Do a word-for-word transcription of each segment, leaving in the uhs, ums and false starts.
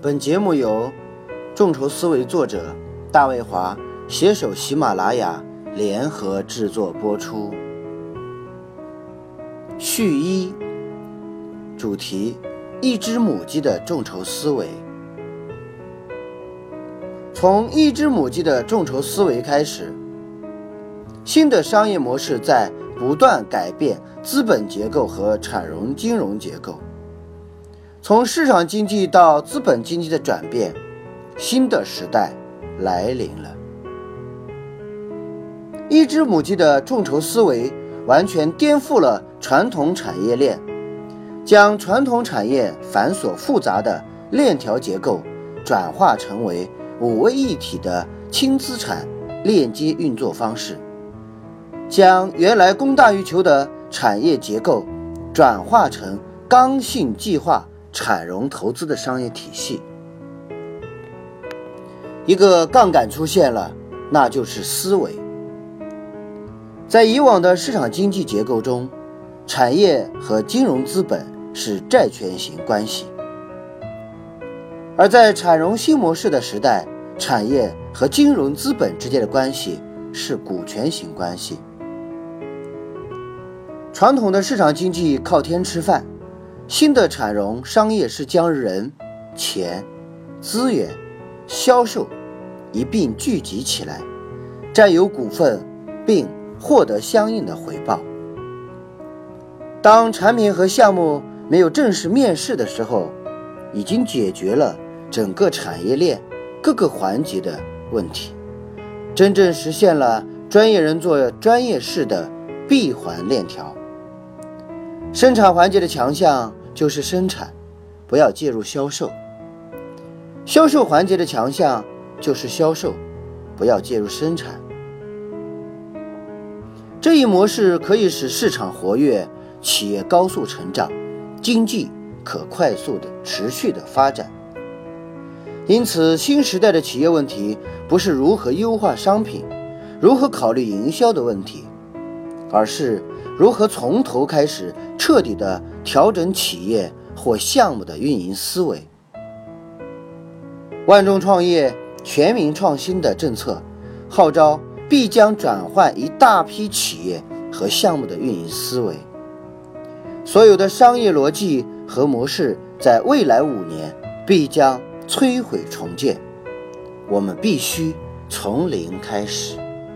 本节目由众筹思维作者大卫华携手喜马拉雅联合制作播出。序一，主题：一只母鸡的众筹思维。从一只母鸡的众筹思维开始，新的商业模式在不断改变资本结构和产融金融结构。从市场经济到资本经济的转变，新的时代来临了。一只母鸡的众筹思维完全颠覆了传统产业链，将传统产业繁琐复杂的链条结构转化成为五位一体的轻资产链接运作方式，将原来供大于求的产业结构转化成刚性计划产融投资的商业体系。一个杠杆出现了，那就是思维。在以往的市场经济结构中，产业和金融资本是债权型关系，而在产融新模式的时代，产业和金融资本之间的关系是股权型关系。传统的市场经济靠天吃饭，新的产融商业是将人、钱、资源、销售一并聚集起来，占有股份并获得相应的回报。当产品和项目没有正式面世的时候，已经解决了整个产业链各个环节的问题，真正实现了专业人做专业事的闭环链条。生产环节的强项就是生产，不要介入销售；销售环节的强项就是销售，不要介入生产。这一模式可以使市场活跃，企业高速成长，经济可快速的持续的发展。因此，新时代的企业问题不是如何优化商品，如何考虑营销的问题，而是如何从头开始彻底的调整企业或项目的运营思维。万众创业、全民创新的政策号召必将转换一大批企业和项目的运营思维。所有的商业逻辑和模式在未来五年必将摧毁重建，我们必须从零开始。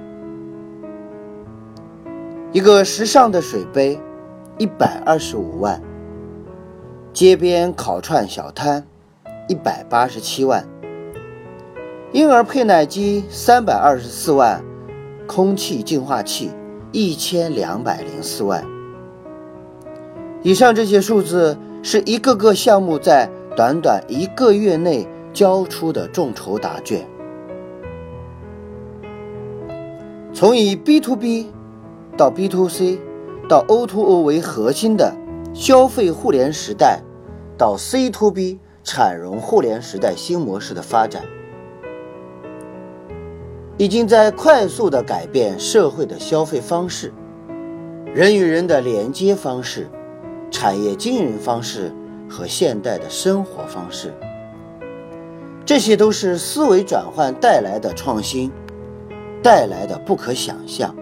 一个时尚的水杯一百二十五万，街边烤串小摊一百八十七万，婴儿配奶机三百二十四万，空气净化器一千两百零四万。以上这些数字是一个个项目在短短一个月内交出的众筹答卷。从以 B to B 到 B to C 到 O to O 为核心的消费互联时代，到 C to B 产融互联时代新模式的发展，已经在快速地改变社会的消费方式、人与人的连接方式、产业经营方式和现代的生活方式。这些都是思维转换带来的创新，带来的不可想象。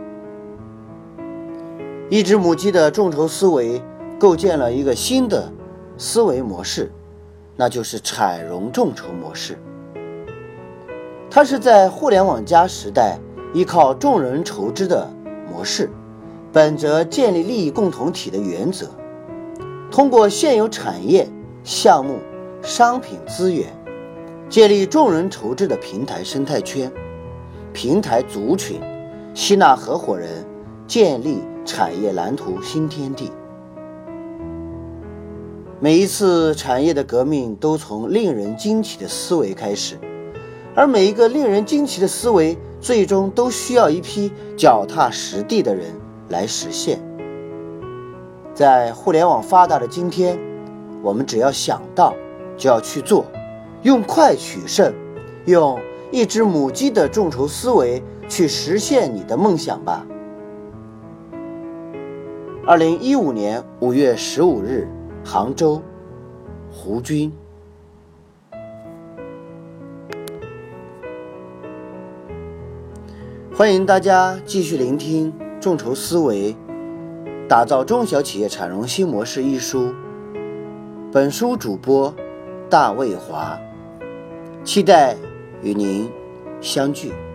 一只母鸡的众筹思维构建了一个新的思维模式，那就是产融众筹模式。它是在互联网加时代依靠众人筹资的模式，本着建立利益共同体的原则，通过现有产业、项目、商品资源，建立众人筹资的平台生态圈、平台族群，吸纳合伙人，建立产业蓝图新天地。每一次产业的革命都从令人惊奇的思维开始，而每一个令人惊奇的思维最终都需要一批脚踏实地的人来实现。在互联网发达的今天，我们只要想到就要去做，用快取胜，用一只母鸡的众筹思维去实现你的梦想吧。二零一五年五月十五日，杭州，胡军。 欢迎大家继续聆听《众筹思维打造中小企业产融新模式》一书。本书主播大卫华，期待与您相聚。